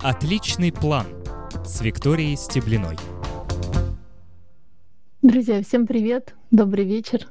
Отличный план с Викторией Стеблиной. Друзья, всем привет, добрый вечер.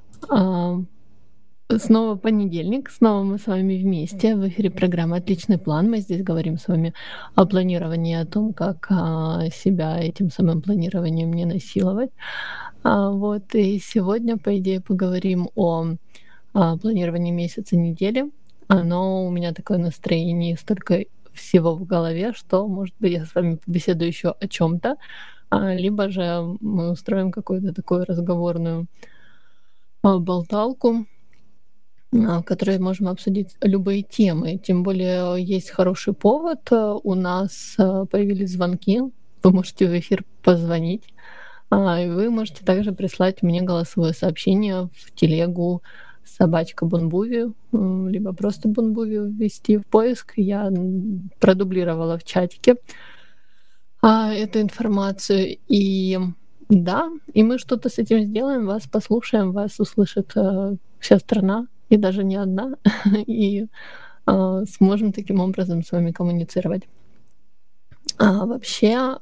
Снова понедельник, снова мы с вами вместе. В эфире программа «Отличный план». Мы здесь говорим с вами о планировании, о том, как себя этим самым планированием не насиловать. И сегодня, по идее, поговорим о планировании месяца, недели. Но у меня такое настроение, столько всего в голове, что, может быть, я с вами побеседую еще о чем-то, либо же мы устроим какую-то такую разговорную болталку, в которой можем обсудить любые темы. Тем более есть хороший повод. У нас появились звонки. Вы можете в эфир позвонить. И вы можете также прислать мне голосовое сообщение в телегу собачка Бунбуви, либо просто Бунбуви ввести в поиск. Я продублировала в чатике эту информацию. И мы что-то с этим сделаем, вас послушаем, вас услышит вся страна, и даже не одна, и сможем таким образом с вами коммуницировать. Вообще,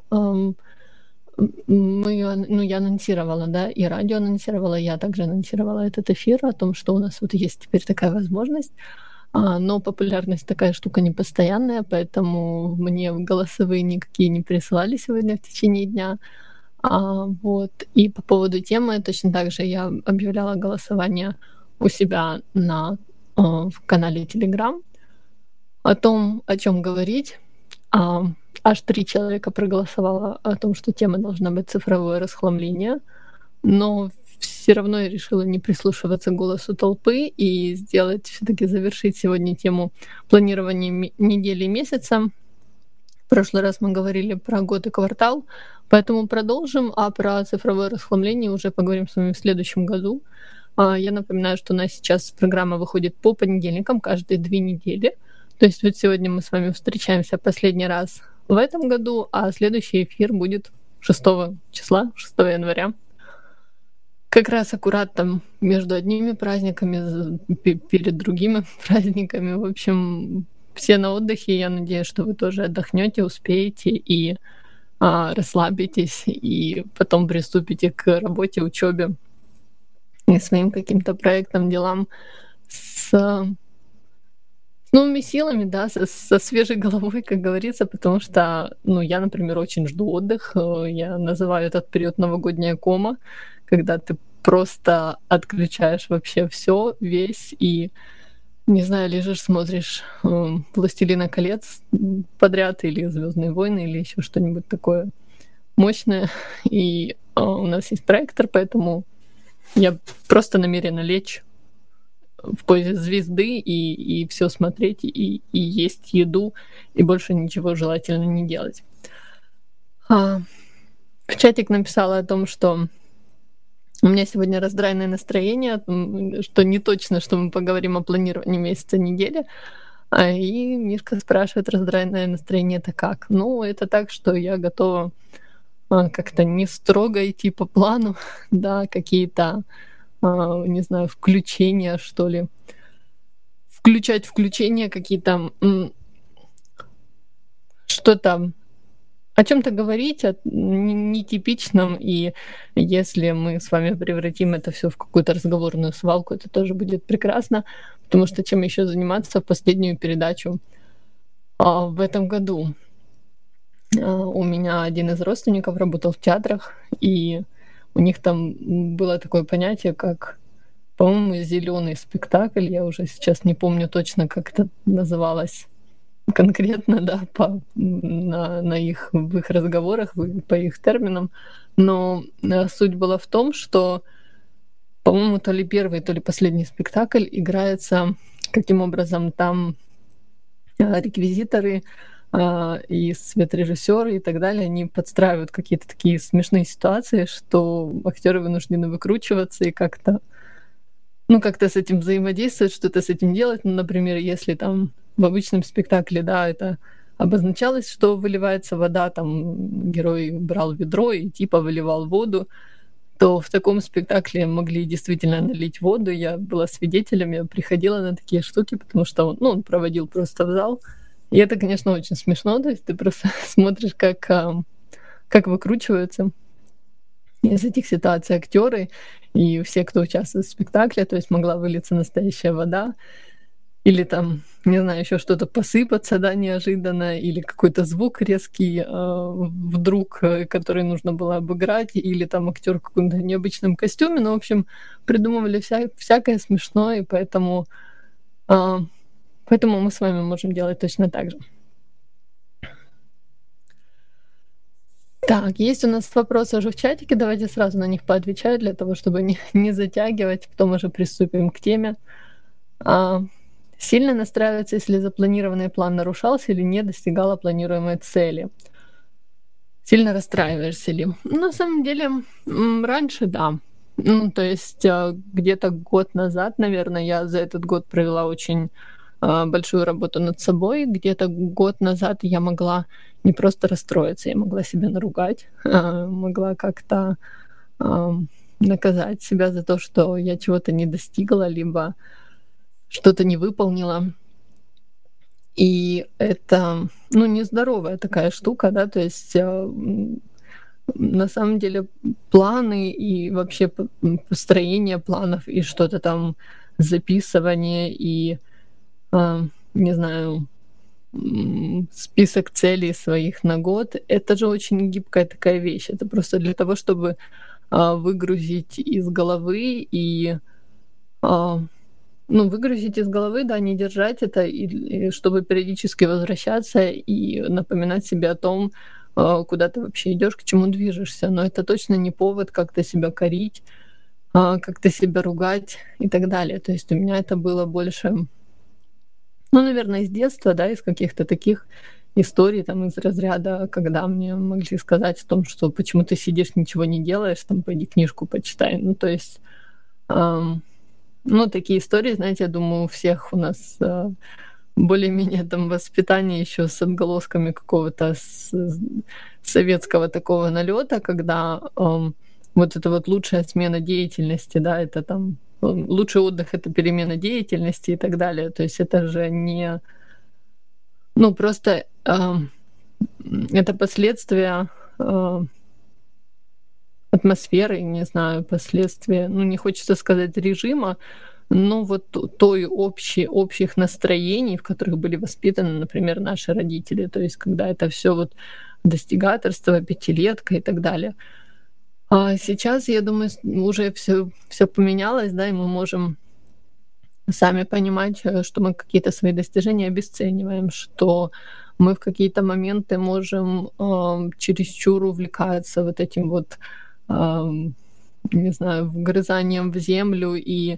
я анонсировала, да, и радио анонсировала, я также анонсировала этот эфир о том, что у нас вот есть теперь такая возможность, но популярность такая штука непостоянная, поэтому мне голосовые никакие не присылали сегодня в течение дня. И по поводу темы точно так же я объявляла голосование у себя в канале Telegram о том, о чем говорить. Аж 3 человека проголосовало о том, что тема должна быть цифровое расхламление, но все равно я решила не прислушиваться к голосу толпы и все-таки завершить сегодня тему планирования недели и месяца. В прошлый раз мы говорили про год и квартал, поэтому продолжим, а про цифровое расхламление уже поговорим с вами в следующем году. Я напоминаю, что у нас сейчас программа выходит по понедельникам каждые 2 недели. То есть вот сегодня мы с вами встречаемся последний раз в этом году, а следующий эфир будет 6 числа, 6 января. Как раз аккурат там между одними праздниками, перед другими праздниками. В общем, все на отдыхе. Я надеюсь, что вы тоже отдохнете, успеете и расслабитесь, и потом приступите к работе, учебе и своим каким-то проектам, делам с новыми силами, да, со свежей головой, как говорится, потому что, я, например, очень жду отдых. Я называю этот период новогодняя кома, когда ты просто отключаешь вообще все, весь, и, не знаю, лежишь, смотришь «Властелина колец» подряд, или «Звездные войны», или еще что-нибудь такое мощное. И у нас есть проектор, поэтому я просто намерена лечь в позе звезды и все смотреть, и есть еду, и больше ничего желательно не делать. В чатик написала о том, что у меня сегодня раздраенное настроение, что не точно, что мы поговорим о планировании месяца, недели. И Мишка спрашивает, раздраенное настроение это как? Это так, что я готова как-то не строго идти по плану, да, какие-то не знаю, включения, что ли. Включать включения какие-то, что-то, о чем-то говорить, о нетипичном, и если мы с вами превратим это все в какую-то разговорную свалку, это тоже будет прекрасно, потому что чем еще заниматься в последнюю передачу в этом году. У меня один из родственников работал в театрах, и у них там было такое понятие, как, по-моему, зеленый спектакль. Я уже сейчас не помню точно, как это называлось конкретно, да, в их разговорах, по их терминам. Но суть была в том, что, по-моему, то ли первый, то ли последний спектакль играется, каким образом там реквизиторы и светорежиссёры и так далее, они подстраивают какие-то такие смешные ситуации, что актеры вынуждены выкручиваться и как-то с этим взаимодействовать, что-то с этим делать. Например, если там в обычном спектакле, да, это обозначалось, что выливается вода, там герой брал ведро и типа выливал воду, то в таком спектакле могли действительно налить воду. Я была свидетелем, я приходила на такие штуки, потому что он проводил просто в зал, И это, конечно, очень смешно. То есть ты просто смотришь, как выкручиваются из этих ситуаций актеры и все, кто участвует в спектакле. То есть могла вылиться настоящая вода или там, не знаю, еще что-то посыпаться, да, неожиданно, или какой-то звук резкий, вдруг, который нужно было обыграть, или там актер в каком-то необычном костюме. Ну, в общем, придумывали всякое смешное, и а, поэтому мы с вами можем делать точно так же. Так, есть у нас вопросы уже в чатике, давайте сразу на них поотвечаю для того, чтобы не затягивать, потом уже приступим к теме. Сильно настраиваться, если запланированный план нарушался или не достигала планируемой цели. Сильно расстраиваешься ли? На самом деле, раньше да. Ну, то есть где-то год назад, наверное, я за этот год провела очень большую работу над собой. Где-то год назад я могла не просто расстроиться, я могла себя наругать, могла как-то наказать себя за то, что я чего-то не достигла, либо что-то не выполнила. И это, ну, нездоровая такая штука, да, то есть на самом деле планы и вообще построение планов и что-то там записывание и, не знаю, список целей своих на год — это же очень гибкая такая вещь. Это просто для того, чтобы выгрузить из головы и выгрузить из головы, да, не держать это, и чтобы периодически возвращаться и напоминать себе о том, куда ты вообще идешь, к чему движешься. Но это точно не повод как-то себя корить, как-то себя ругать и так далее. То есть у меня это было больше, наверное, из детства, да, из каких-то таких историй, там, из разряда, когда мне могли сказать о том, что почему ты сидишь, ничего не делаешь, там, пойди книжку почитай. Ну, то есть, такие истории, знаете, я думаю, у всех у нас более-менее там воспитание еще с отголосками какого-то советского такого налета, когда вот это вот лучшая смена деятельности, да, это там лучший отдых — это перемена деятельности и так далее. То есть это же не... просто это последствия атмосферы, не знаю, последствия, не хочется сказать режима, но вот общих настроений, в которых были воспитаны, например, наши родители. То есть когда это все вот достигаторство, пятилетка и так далее. А сейчас, я думаю, уже все поменялось, да, и мы можем сами понимать, что мы какие-то свои достижения обесцениваем, что мы в какие-то моменты можем чересчур увлекаться вот этим вот, не знаю, вгрызанием в землю и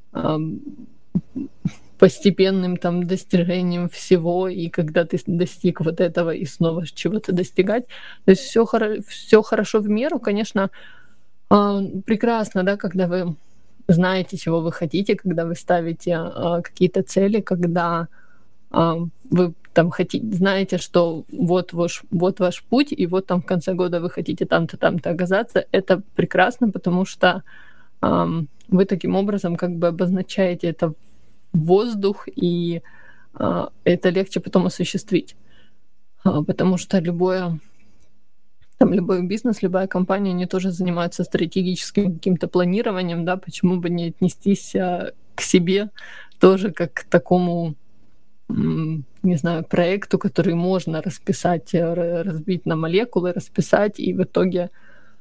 постепенным там достижением всего, и когда ты достиг вот этого и снова чего-то достигать. То есть все хорошо в меру, конечно, прекрасно, да, когда вы знаете, чего вы хотите, когда вы ставите какие-то цели, когда вы там знаете, что вот ваш путь, и вот там в конце года вы хотите там-то, там-то оказаться. Это прекрасно, потому что вы таким образом как бы обозначаете это в воздух, и это легче потом осуществить. Потому что любой бизнес, любая компания, они тоже занимаются стратегическим каким-то планированием, да, почему бы не отнестись к себе тоже как к такому, не знаю, проекту, который можно расписать, разбить на молекулы, расписать, и в итоге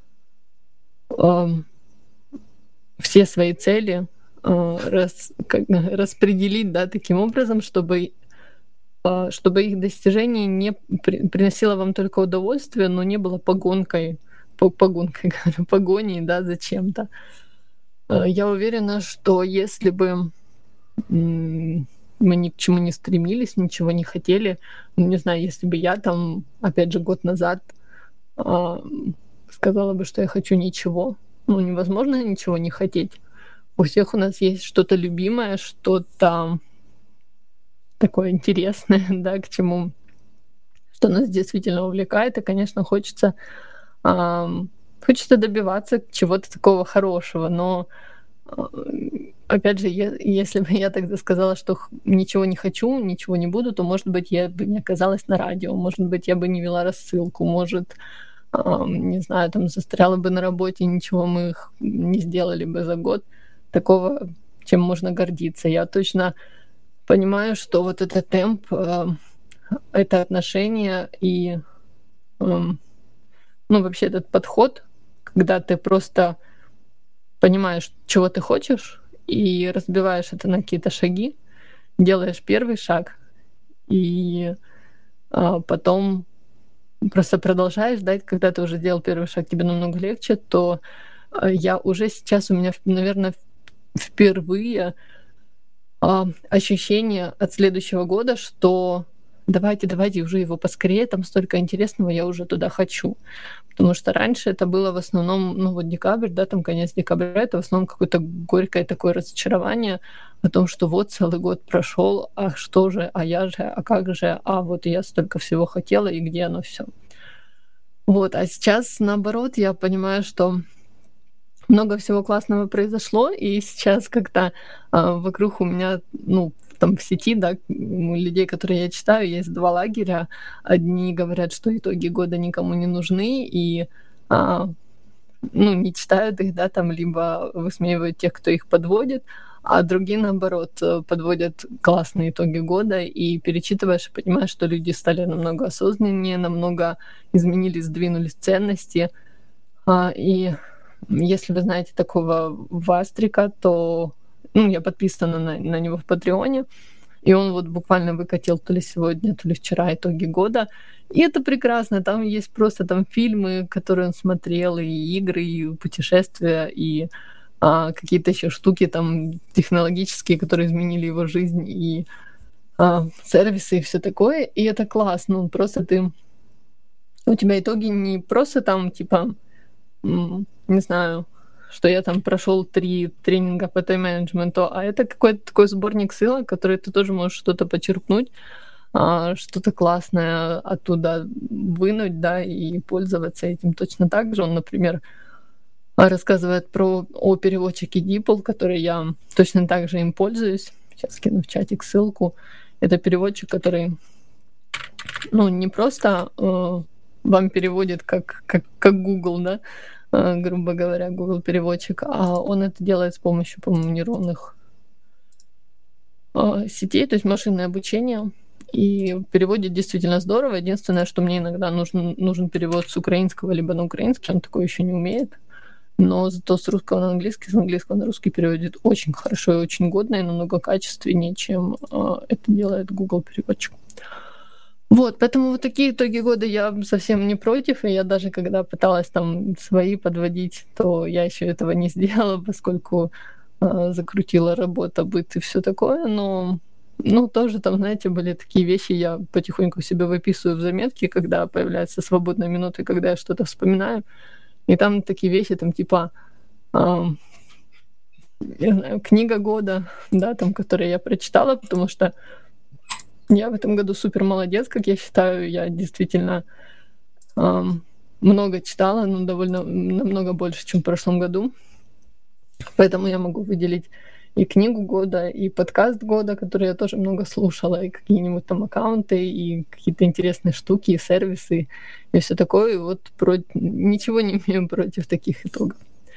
все свои цели распределить, да, таким образом, чтобы их достижение не приносило вам только удовольствие, но не было погоней, да, за чем-то. Я уверена, что если бы мы ни к чему не стремились, ничего не хотели, не знаю, если бы я там, опять же, год назад сказала бы, что я хочу ничего, невозможно ничего не хотеть. У всех у нас есть что-то любимое, что-то такое интересное, да, к чему, что нас действительно увлекает, и, конечно, хочется добиваться чего-то такого хорошего, но опять же, если бы я тогда сказала, что ничего не хочу, ничего не буду, то, может быть, я бы не оказалась на радио, может быть, я бы не вела рассылку, может, не знаю, там застряла бы на работе, ничего мы не сделали бы за год такого, чем можно гордиться. Я точно понимаю, что вот этот темп, это отношение и, вообще этот подход, когда ты просто понимаешь, чего ты хочешь, и разбиваешь это на какие-то шаги, делаешь первый шаг, и потом просто продолжаешь, да, когда ты уже сделал первый шаг, тебе намного легче, то я уже сейчас, у меня, наверное, впервые ощущение от следующего года, что давайте уже его поскорее, там столько интересного, я уже туда хочу. Потому что раньше это было в основном, вот декабрь, да, там конец декабря, это в основном какое-то горькое такое разочарование о том, что вот целый год прошел, а что же, а я же, а как же, а вот я столько всего хотела, и где оно все. Вот, а сейчас, наоборот, я понимаю, что много всего классного произошло, и сейчас как-то вокруг у меня, там в сети, да, у людей, которые я читаю, есть два лагеря. Одни говорят, что итоги года никому не нужны, и не читают их, да, там, либо высмеивают тех, кто их подводит, а другие, наоборот, подводят классные итоги года, и перечитываешь, и понимаешь, что люди стали намного осознаннее, намного изменились, сдвинулись ценности. И если вы знаете такого Вастрика, то я подписана на него в Патреоне, и он вот буквально выкатил то ли сегодня, то ли вчера итоги года. И это прекрасно. Там есть просто там фильмы, которые он смотрел, и игры, и путешествия, и какие-то еще штуки там технологические, которые изменили его жизнь, и сервисы, и все такое. И это классно. Просто у тебя итоги не просто там, типа, не знаю, что я там прошел 3 тренинга по тайм-менеджменту, а это какой-то такой сборник ссылок, который ты тоже можешь что-то почерпнуть, что-то классное оттуда вынуть, да, и пользоваться этим точно так же. Он, например, рассказывает о переводчике DeepL, который я точно так же им пользуюсь. Сейчас кину в чатик ссылку. Это переводчик, который, не просто вам переводит как Google, да, грубо говоря, Google переводчик, а он это делает с помощью, по-моему, нейронных сетей, то есть машинное обучение, и переводит действительно здорово. Единственное, что мне иногда нужен перевод с украинского либо на украинский, он такой еще не умеет, но зато с русского на английский, с английского на русский переводит очень хорошо и очень годно, и намного качественнее, чем это делает Google переводчик. Вот, поэтому вот такие итоги года я совсем не против, и я даже когда пыталась там свои подводить, то я еще этого не сделала, поскольку закрутила работа, быт и все такое, но тоже там, знаете, были такие вещи, я потихоньку себе выписываю в заметки, когда появляется свободная минута, когда я что-то вспоминаю, и там такие вещи, там типа, не знаю, книга года, да, там, которую я прочитала, потому что я в этом году супер молодец, как я считаю. Я действительно много читала, но намного больше, чем в прошлом году. Поэтому я могу выделить и книгу года, и подкаст года, который я тоже много слушала, и какие-нибудь там аккаунты, и какие-то интересные штуки, и сервисы, и все такое. И вот ничего не имею против таких итогов.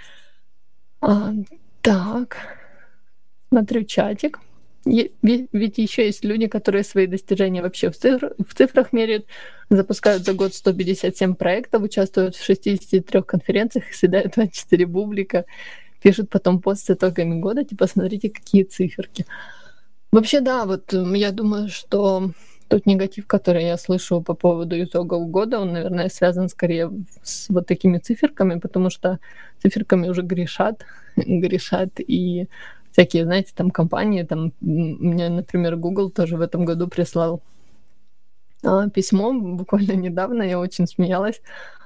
Так, смотрю чатик. Ведь еще есть люди, которые свои достижения вообще в цифрах меряют, запускают за год 157 проектов, участвуют в 63 конференциях и съедают 24 бублика, пишут потом пост с итогами года, типа, смотрите, какие циферки. Вообще, да, вот я думаю, что тот негатив, который я слышу по поводу итогов года, он, наверное, связан скорее с вот такими циферками, потому что циферками уже грешат, и всякие, знаете, там компании, там мне, например, Google тоже в этом году прислал письмо буквально недавно, я очень смеялась,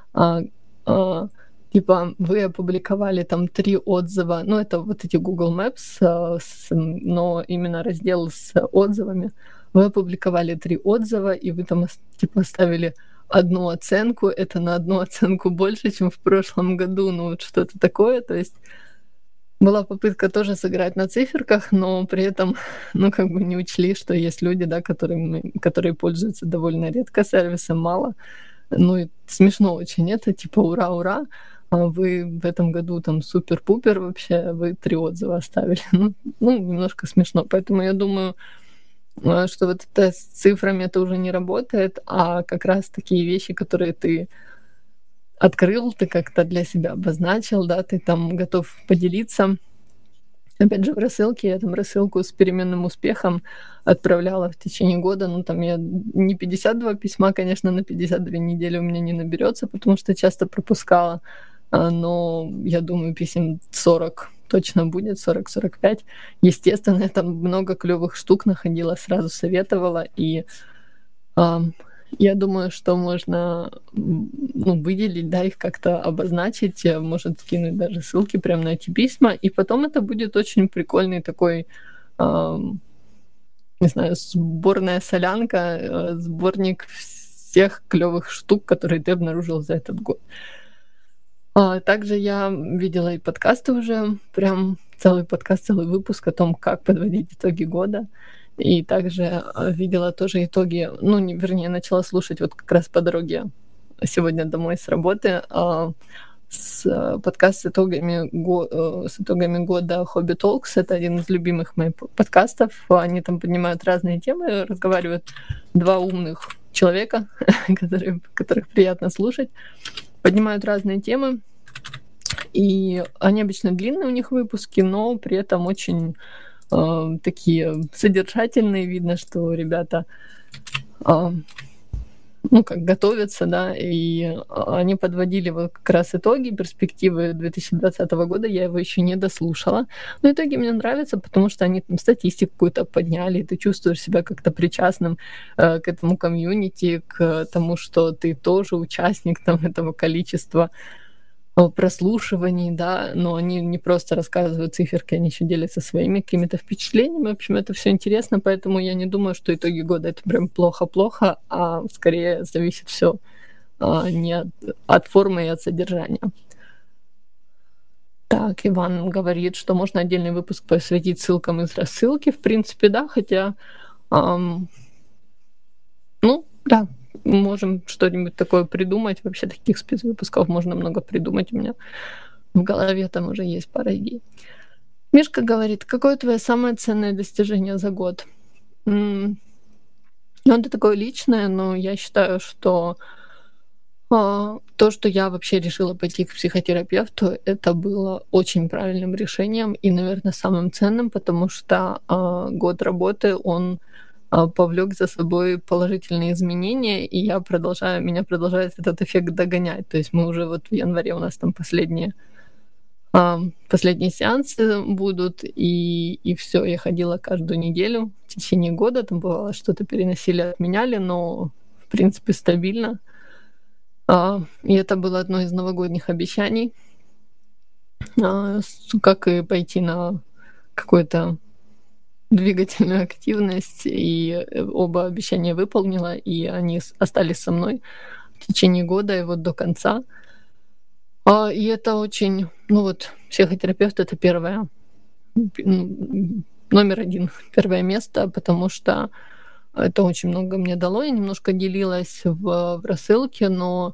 типа вы опубликовали там 3 отзыва, это вот эти Google Maps, но именно раздел с отзывами, вы опубликовали 3 отзыва, и вы там типа ставили 1 оценку, это на 1 оценку больше, чем в прошлом году, вот что-то такое, то есть была попытка тоже сыграть на циферках, но при этом, ну, как бы не учли, что есть люди, да, которые пользуются довольно редко сервисом, мало. Ну, и смешно очень это, типа ура, ура, а вы в этом году там супер-пупер вообще, вы 3 отзыва оставили. Ну, немножко смешно. Поэтому я думаю, что вот это с цифрами это уже не работает, а как раз такие вещи, которые ты открыл, ты как-то для себя обозначил, да, ты там готов поделиться. Опять же, в рассылке я там рассылку с переменным успехом отправляла в течение года. Ну, там я не 52 письма, конечно, на 52 недели у меня не наберется, потому что часто пропускала. Но я думаю, писем 40 точно будет, 40-45. Естественно, я там много клёвых штук находила, сразу советовала. И я думаю, что можно, ну, выделить, да, их как-то обозначить, может, скинуть даже ссылки прямо на эти письма, и потом это будет очень прикольный такой, не знаю, сборная солянка, сборник всех клёвых штук, которые ты обнаружил за этот год. Также я видела и подкасты уже, прям целый подкаст, целый выпуск о том, как подводить итоги года. И также, видела тоже итоги, ну, вернее, начала слушать вот как раз по дороге сегодня домой с работы, подкаст с итогами года Hobby Talks. Это один из любимых моих подкастов. Они там поднимают разные темы, разговаривают 2 умных человека, которых приятно слушать, поднимают разные темы. И они обычно длинные у них выпуски, но при этом очень такие содержательные. Видно, что ребята ну, как готовятся, да, и они подводили вот как раз итоги, перспективы 2020 года, я его еще не дослушала. Но итоги мне нравятся, потому что они там статистику какую-то подняли, и ты чувствуешь себя как-то причастным к этому комьюнити, к тому, что ты тоже участник там этого количества прослушиваний, да, но они не просто рассказывают циферки, они еще делятся своими какими-то впечатлениями. В общем, это все интересно, поэтому я не думаю, что итоги года это прям плохо-плохо, а скорее зависит все не от формы и от содержания. Так, Иван говорит, что можно отдельный выпуск посвятить ссылкам из рассылки. В принципе, да, хотя, ну, да, можем что-нибудь такое придумать. Вообще таких спецвыпусков можно много придумать. У меня в голове там уже есть пара идей. Мишка говорит, какое твое самое ценное достижение за год? Ну, это такое личное, но я считаю, что то, что я вообще решила пойти к психотерапевту, это было очень правильным решением и, наверное, самым ценным, потому что год работы, он повлек за собой положительные изменения, и меня продолжает этот эффект догонять. То есть мы уже вот в январе у нас там последние сеансы будут, и все. Я ходила каждую неделю в течение года, там бывало что-то переносили, отменяли, но в принципе стабильно. И это было одно из новогодних обещаний, как и пойти на какой-то двигательную активность, и оба обещания выполнила, и они остались со мной в течение года и вот до конца. И это очень, ну вот, психотерапевт — это первое, номер 1, первое место, потому что это очень много мне дало. Я немножко делилась в рассылке, но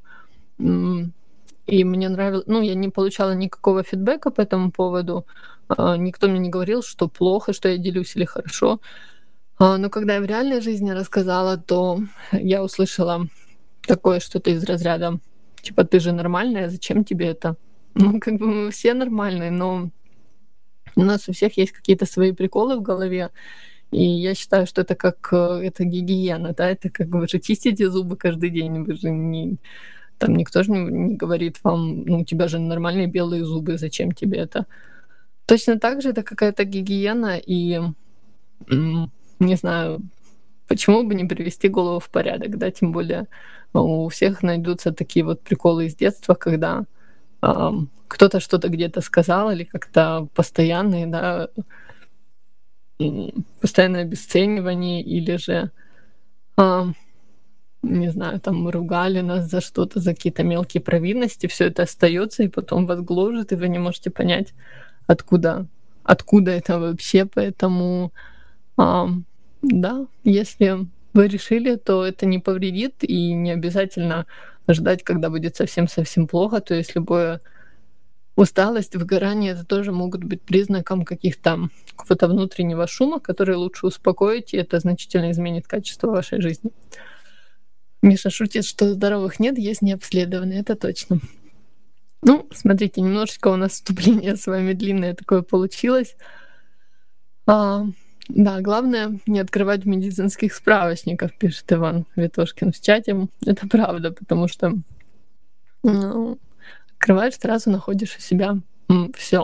и мне нравилось, ну, я не получала никакого фидбэка по этому поводу. Никто мне не говорил, что плохо, что я делюсь или хорошо. Но когда я в реальной жизни рассказала, то я услышала такое что-то из разряда, типа, ты же нормальная, зачем тебе это? Ну, как бы мы все нормальные, но у нас у всех есть какие-то свои приколы в голове. И я считаю, что это как это гигиена, да, это как вы же чистите зубы каждый день, вы же не... Там никто же не говорит вам, ну, у тебя же нормальные белые зубы, зачем тебе это? Точно так же это какая-то гигиена, и не знаю, почему бы не привести голову в порядок, да, тем более у всех найдутся такие вот приколы из детства, когда кто-то что-то где-то сказал, или как-то постоянные, да, постоянное обесценивание, или же не знаю, там ругали нас за что-то, за какие-то мелкие провинности, все это остается и потом вас гложет, и вы не можете понять, откуда это вообще. Поэтому, да, если вы решили, то это не повредит, и не обязательно ждать, когда будет совсем-совсем плохо. То есть любое усталость, выгорание — это тоже могут быть признаком какого-то внутреннего шума, который лучше успокоить, и это значительно изменит качество вашей жизни. Миша шутит, что здоровых нет, есть необследованные, это точно. Ну, смотрите, немножечко у нас вступление с вами длинное такое получилось. Да, главное не открывать в медицинских справочниках, пишет Иван Ветошкин в чате. Это правда, потому что открываешь, сразу находишь у себя всё.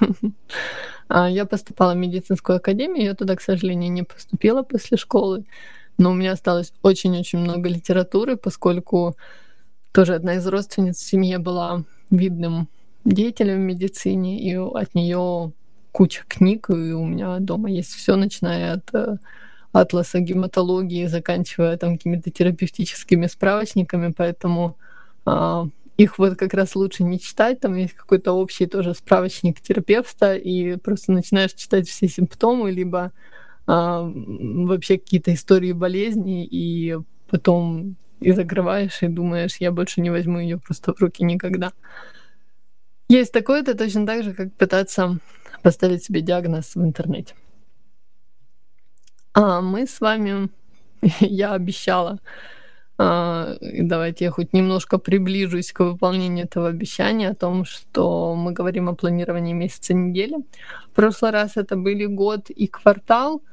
Я поступала в медицинскую академию, я туда, к сожалению, не поступила после школы, но у меня осталось очень-очень много литературы, поскольку тоже одна из родственниц в семье была видным деятелем в медицине, и от неё куча книг, и у меня дома есть всё, начиная от атласа гематологии, заканчивая какими-то терапевтическими справочниками, поэтому их вот как раз лучше не читать. Там есть какой-то общий тоже справочник терапевта, и просто начинаешь читать все симптомы, либо вообще какие-то истории болезней, и потом и закрываешь, и думаешь: я больше не возьму её просто в руки никогда. Есть такое, это точно так же, как пытаться поставить себе диагноз в интернете. Мы с вами, я обещала, давайте я хоть немножко приближусь к выполнению этого обещания о том, что мы говорим о планировании месяца, недели. В прошлый раз это были год и квартал.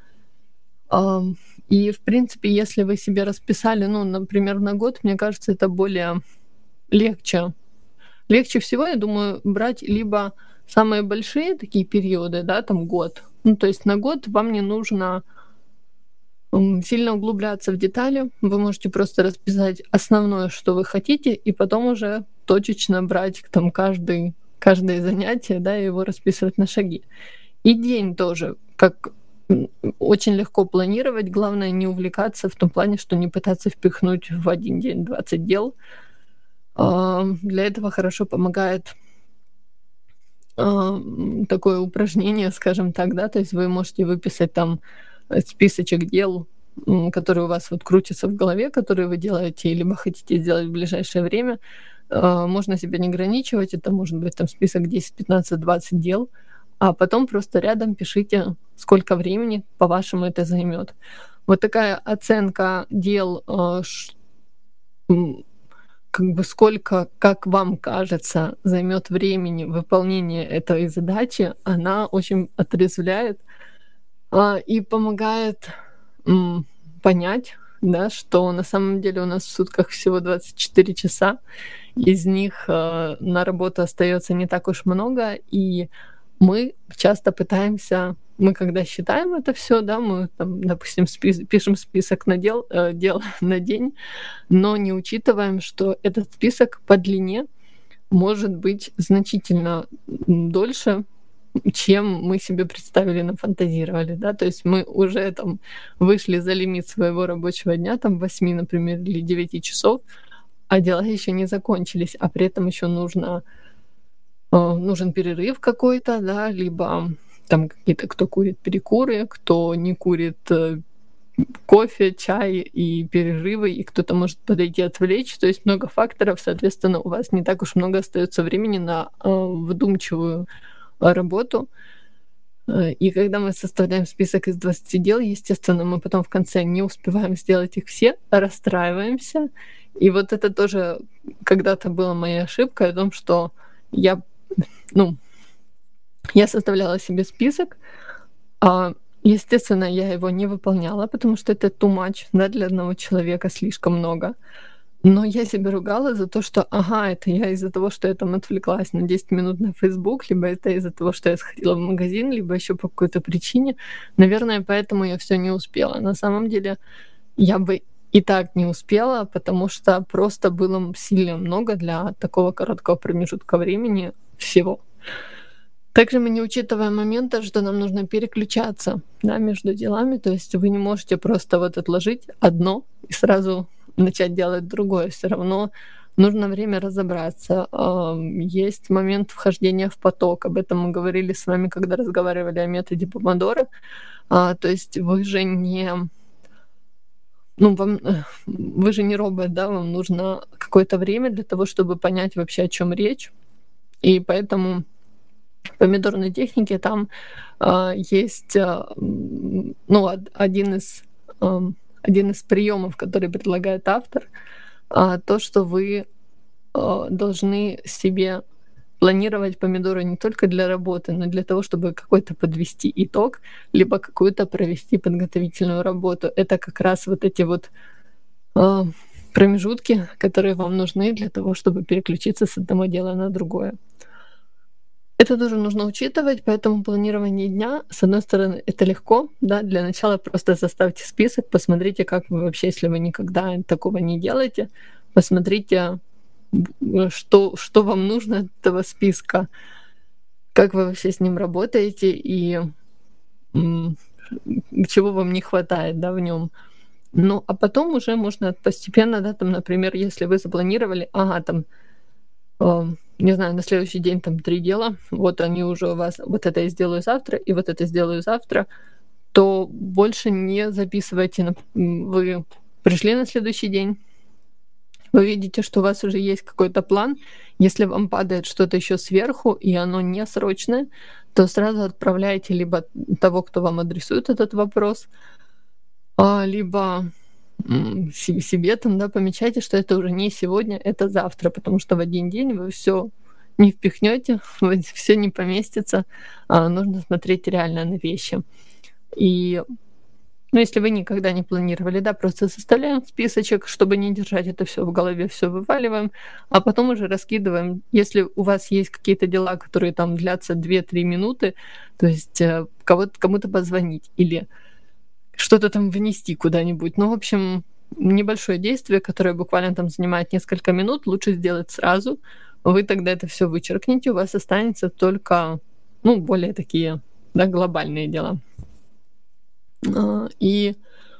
И, в принципе, если вы себе расписали, например, на год, мне кажется, это более легче. Легче всего, я думаю, брать либо самые большие такие периоды, да, год. То есть на год вам не нужно сильно углубляться в детали. Вы можете просто расписать основное, что вы хотите, и потом уже точечно брать каждое занятие, да, и его расписывать на шаги. И день тоже, как очень легко планировать. Главное не увлекаться в том плане, что не пытаться впихнуть в один день 20 дел. Для этого хорошо помогает такое упражнение, скажем так, да, то есть вы можете выписать списочек дел, которые у вас крутятся в голове, которые вы делаете, либо хотите сделать в ближайшее время. Можно себя не ограничивать, это может быть список 10, 15, 20 дел, а потом просто рядом пишите, сколько времени, по-вашему, это займёт. Вот такая оценка дел, сколько, как вам кажется, займёт времени выполнение этой задачи, она очень отрезвляет и помогает понять, да, что на самом деле у нас в сутках всего 24 часа, из них на работу остаётся не так уж много, и мы часто пытаемся, когда считаем это всё, да, мы допустим, пишем список дел на день, но не учитываем, что этот список по длине может быть значительно дольше, чем мы себе представили, нафантазировали, да. То есть мы уже вышли за лимит своего рабочего дня, 8, например, или 9 часов, а дела ещё не закончились, а при этом ещё нужен перерыв какой-то, да, либо какие-то, кто курит, перекуры, кто не курит, кофе, чай и перерывы, и кто-то может подойти отвлечь. То есть много факторов, соответственно, у вас не так уж много остаётся времени на вдумчивую работу. И когда мы составляем список из 20 дел, естественно, мы потом в конце не успеваем сделать их все, расстраиваемся. И вот это тоже когда-то была моей ошибкой о том, что я составляла себе список, естественно, я его не выполняла, потому что это too much, да, для одного человека слишком много. Но я себя ругала за то, что это я из-за того, что я отвлеклась на 10 минут на Facebook, либо это из-за того, что я сходила в магазин, либо ещё по какой-то причине. Наверное, поэтому я всё не успела. На самом деле я бы и так не успела, потому что просто было сильно много для такого короткого промежутка времени всего. Также мы не учитываем момента, что нам нужно переключаться, да, между делами. То есть вы не можете просто отложить одно и сразу начать делать другое. Всё равно нужно время разобраться. Есть момент вхождения в поток. Об этом мы говорили с вами, когда разговаривали о методе помодоро. То есть вы же не вы же не робот, да, вам нужно какое-то время для того, чтобы понять вообще, о чем речь. И поэтому в помидорной технике там есть один из приемов, который предлагает автор, то, что вы должны себе планировать помидоры не только для работы, но и для того, чтобы какой-то подвести итог, либо какую-то провести подготовительную работу. Это как раз вот эти вот промежутки, которые вам нужны для того, чтобы переключиться с одного дела на другое. Это тоже нужно учитывать, поэтому планирование дня, с одной стороны, это легко, да, для начала просто составьте список, посмотрите, как вы вообще, если вы никогда такого не делаете, посмотрите, что вам нужно от этого списка, как вы вообще с ним работаете и чего вам не хватает, да, в нем. Ну, а потом уже можно постепенно, да, там, например, если вы запланировали, не знаю, на следующий день там 3 дела, вот они уже у вас, вот это я сделаю завтра, и вот это сделаю завтра, то больше не записывайте. Вы пришли на следующий день, вы видите, что у вас уже есть какой-то план. Если вам падает что-то еще сверху, и оно не срочное, то сразу отправляйте либо того, кто вам адресует этот вопрос, либо себе там, да, помечайте, что это уже не сегодня, это завтра, потому что в один день вы все не впихнете, все не поместится, нужно смотреть реально на вещи. И если вы никогда не планировали, да, просто составляем списочек, чтобы не держать это все в голове, все вываливаем, а потом уже раскидываем. Если у вас есть какие-то дела, которые там длятся 2-3 минуты, то есть кому-то позвонить или что-то там внести куда-нибудь. В общем, небольшое действие, которое буквально там занимает несколько минут, лучше сделать сразу. Вы тогда это все вычеркнете, у вас останется только, более такие, да, глобальные дела. И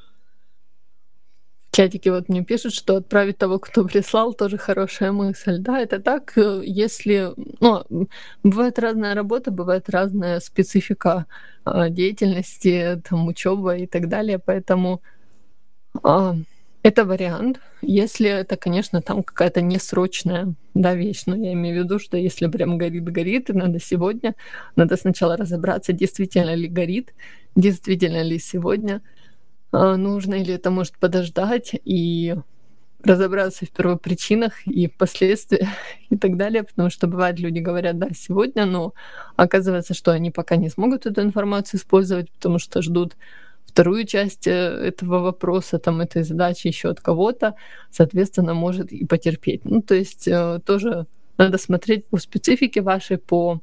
в чатике вот мне пишут, что отправить того, кто прислал, тоже хорошая мысль. Да, это так, если... бывает разная работа, бывает разная специфика деятельности, там, учёба и так далее, поэтому это вариант. Если это, конечно, там какая-то несрочная, да, вещь, но я имею в виду, что если прям горит, и надо сегодня, надо сначала разобраться, действительно ли горит, действительно ли сегодня нужно, или это может подождать, и разобраться в первопричинах и в последствиях и так далее, потому что бывает, люди говорят, да, сегодня, но оказывается, что они пока не смогут эту информацию использовать, потому что ждут вторую часть этого вопроса, там, этой задачи еще от кого-то, соответственно, может и потерпеть. То есть тоже надо смотреть по специфике вашей, по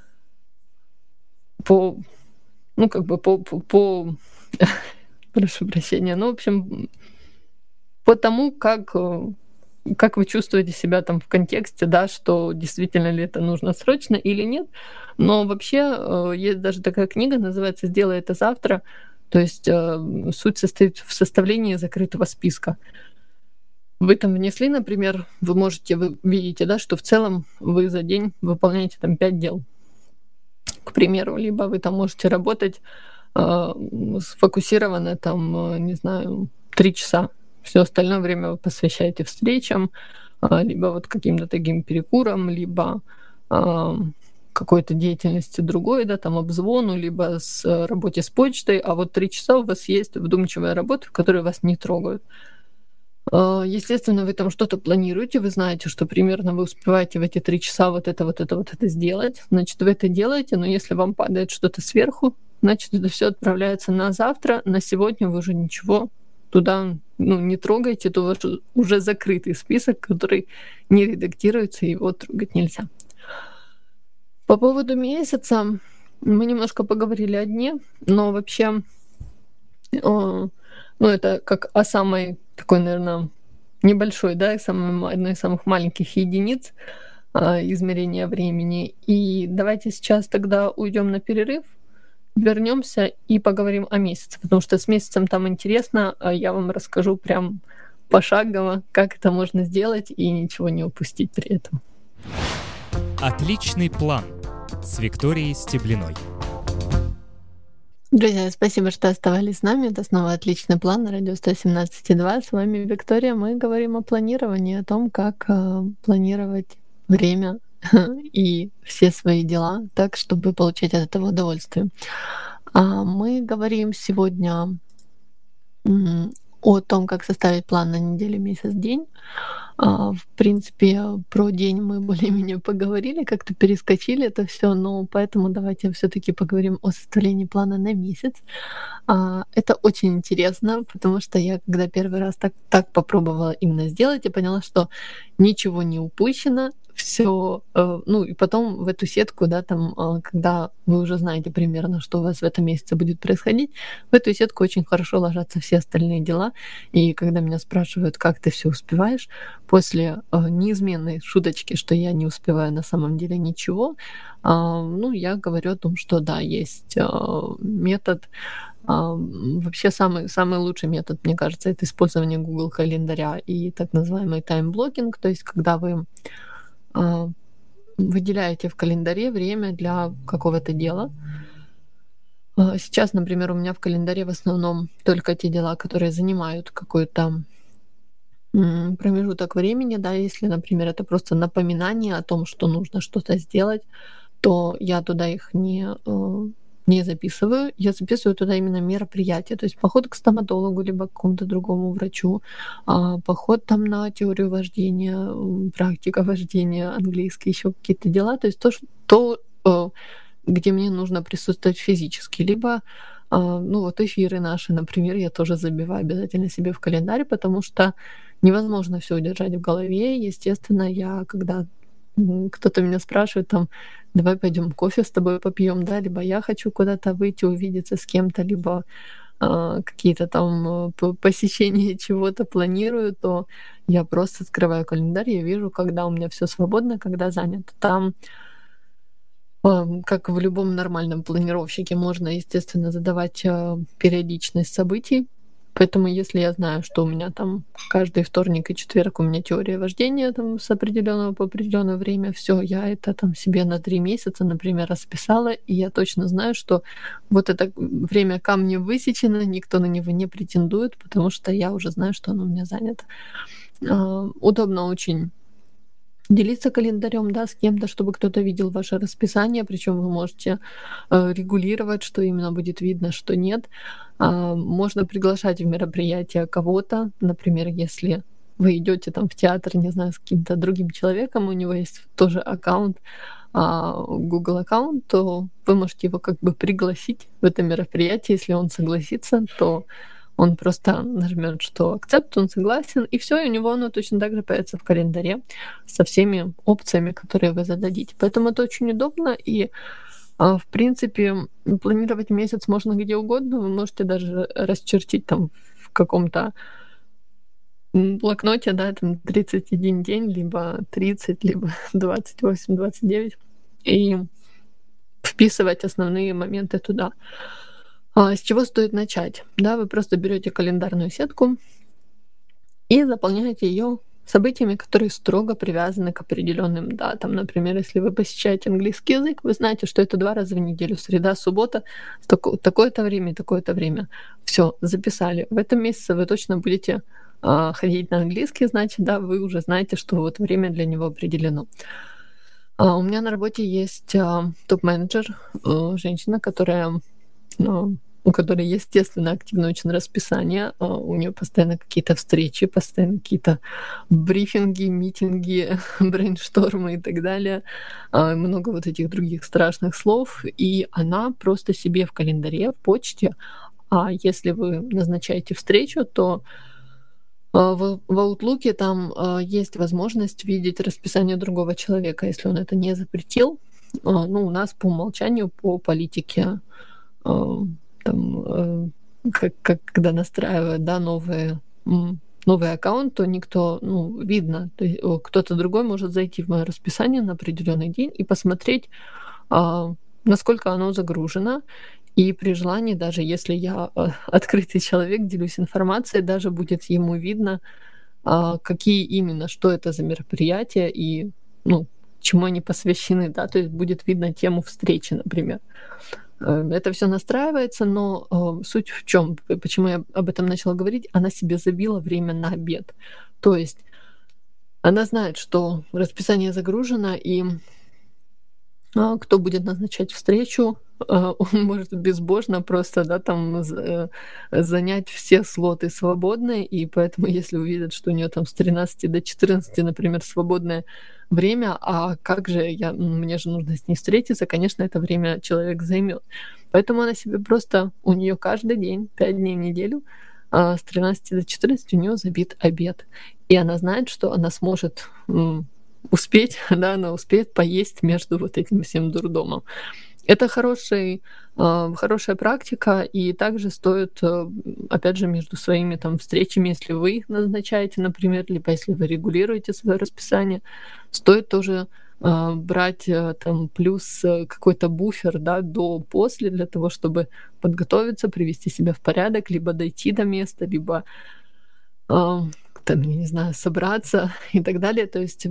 прошу прощения, в общем, по тому, как вы чувствуете себя там в контексте, да, что действительно ли это нужно срочно или нет. Но вообще есть даже такая книга, называется «Сделай это завтра». То есть суть состоит в составлении закрытого списка. Вы там внесли, например, вы видите, да, что в целом вы за день выполняете там 5 дел, к примеру, либо вы там можете работать сфокусированно там, не знаю, 3 часа. Всё остальное время вы посвящаете встречам, либо вот каким-то таким перекурам, либо какой-то деятельности другой, да, там обзвону, либо работе с почтой, а вот 3 часа у вас есть вдумчивая работа, в которой вас не трогают. Естественно, вы там что-то планируете, вы знаете, что примерно вы успеваете в эти 3 часа вот это сделать, значит, вы это делаете, но если вам падает что-то сверху, значит, это всё отправляется на завтра, на сегодня вы уже ничего туда, не трогайте, это у вас уже закрытый список, который не редактируется, его трогать нельзя. По поводу месяца мы немножко поговорили о дне, но вообще, это как о самой такой, наверно, небольшой, да, одной из самых маленьких единиц измерения времени. И давайте сейчас тогда уйдём на перерыв, вернёмся и поговорим о месяце, потому что с месяцем там интересно. Я вам расскажу прям пошагово, как это можно сделать и ничего не упустить при этом. Отличный план с Викторией Стеблиной. Друзья, спасибо, что оставались с нами. Это снова «Отличный план» на радио 117,2. С вами Виктория. Мы говорим о планировании, о том, как планировать время и все свои дела так, чтобы получать от этого удовольствие. Мы говорим сегодня о том, как составить план на неделю, месяц, день. В принципе, про день мы более-менее поговорили, как-то перескочили это все, но поэтому давайте все таки поговорим о составлении плана на месяц. Это очень интересно, потому что я, когда первый раз так попробовала именно сделать, я поняла, что ничего не упущено, все, ну и потом в эту сетку, да, там, когда вы уже знаете примерно, что у вас в этом месяце будет происходить, в эту сетку очень хорошо ложатся все остальные дела. И когда меня спрашивают, как ты все успеваешь, после неизменной шуточки, что я не успеваю на самом деле ничего, ну, я говорю о том, что да, есть метод. Вообще самый лучший метод, мне кажется, это использование Google календаря и так называемый таймблокинг, то есть когда вы выделяете в календаре время для какого-то дела. Сейчас, например, у меня в календаре в основном только те дела, которые занимают какой-то промежуток времени, да, если, например, это просто напоминание о том, что нужно что-то сделать, то я туда их не записываю. Я записываю туда именно мероприятия, то есть поход к стоматологу, либо к какому-то другому врачу, поход там на теорию вождения, практика вождения, английский, еще какие-то дела, то есть где мне нужно присутствовать физически, либо ну вот эфиры наши, например, я тоже забиваю обязательно себе в календарь, потому что невозможно все удержать в голове. Естественно, когда кто-то меня спрашивает, там, давай пойдем кофе с тобой попьем, да, либо я хочу куда-то выйти, увидеться с кем-то, либо какие-то там посещения чего-то планирую, то я просто открываю календарь, я вижу, когда у меня все свободно, когда занято. Там как в любом нормальном планировщике, можно, естественно, задавать периодичность событий. Поэтому если я знаю, что у меня там каждый вторник и четверг у меня теория вождения там с определенного по определенное время, все, я это там себе на 3 месяца, например, расписала, и я точно знаю, что вот это время камнем высечено, никто на него не претендует, потому что я уже знаю, что оно у меня занято. Удобно очень делиться календарем, да, с кем-то, чтобы кто-то видел ваше расписание, причем вы можете регулировать, что именно будет видно, что нет. Можно приглашать в мероприятие кого-то, например, если вы идете там в театр, не знаю, с каким-то другим человеком, у него есть тоже аккаунт, Google аккаунт, то вы можете его как бы пригласить в это мероприятие, если он согласится, то он просто нажмет, что акцепт, он согласен, и все, и у него оно точно так же появится в календаре со всеми опциями, которые вы зададите. Поэтому это очень удобно, и в принципе планировать месяц можно где угодно. Вы можете даже расчертить там в каком-то блокноте, да, там 31 день, либо 30, либо 28, 29, и вписывать основные моменты туда. С чего стоит начать? Да, вы просто берете календарную сетку и заполняете ее событиями, которые строго привязаны к определенным датам. Например, если вы посещаете английский язык, вы знаете, что это 2 раза в неделю, среда, суббота, такое-то время и такое-то время. Все, записали. В этом месяце вы точно будете ходить на английский, значит, да, вы уже знаете, что вот время для него определено. У меня на работе есть топ-менеджер, женщина, у которой, естественно, активно очень расписание. У нее постоянно какие-то встречи, постоянно какие-то брифинги, митинги, брейнштормы и так далее. Много вот этих других страшных слов. И она просто себе в календаре, в почте, если вы назначаете встречу, то в Outlook там есть возможность видеть расписание другого человека, если он это не запретил. Ну, у нас по умолчанию, по политике, когда настраивают, да, новый аккаунт, то никто, видно, то есть кто-то другой может зайти в моё расписание на определенный день и посмотреть, насколько оно загружено. И при желании, даже если я открытый человек, делюсь информацией, даже будет ему видно, какие именно, что это за мероприятия и, ну, чему они посвящены, да, то есть будет видно тему встречи, например. Это все настраивается, но суть в чем, почему я об этом начала говорить, она себе забила время на обед. То есть она знает, что расписание загружено, и кто будет назначать встречу, он может безбожно просто, да, там занять все слоты свободные, и поэтому, если увидят, что у нее там с 13 до 14, например, свободное время, а как же мне же нужно с ней встретиться, конечно, это время человек займет. Поэтому она себе просто, у нее каждый день, 5 дней в неделю, с 13 до 14 у нее забит обед. И она знает, что она сможет успеть, да, она успеет поесть между вот этим всем дурдомом. Это хорошая практика, и также стоит, опять же, между своими там встречами, если вы их назначаете, например, либо если вы регулируете свое расписание, стоит тоже брать там плюс какой-то буфер, да, до-после, для того, чтобы подготовиться, привести себя в порядок, либо дойти до места, либо там, я не знаю, собраться и так далее. То есть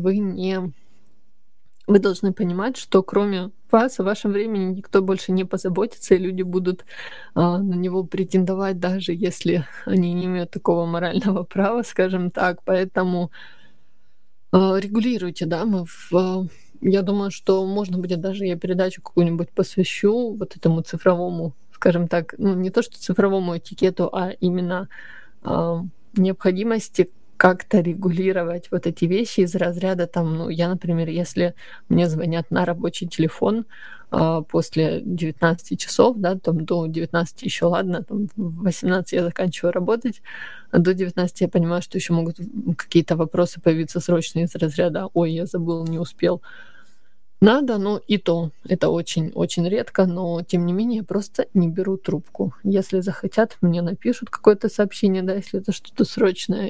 вы должны понимать, что кроме вас, о вашем времени никто больше не позаботится, и люди будут на него претендовать, даже если они не имеют такого морального права, скажем так. Поэтому регулируйте, да, я думаю, что можно будет, даже я передачу какую-нибудь посвящу вот этому цифровому, скажем так, ну, не то что цифровому этикету, а именно необходимости как-то регулировать вот эти вещи из разряда там, ну, я, например, если мне звонят на рабочий телефон после 19 часов, да, там до 19 еще ладно, там в 18 я заканчиваю работать, а до 19 я понимаю, что еще могут какие-то вопросы появиться срочные из разряда «Ой, я забыл, не успел». Надо, но и то, это очень-очень редко, но тем не менее просто не беру трубку. Если захотят, мне напишут какое-то сообщение, да, если это что-то срочное,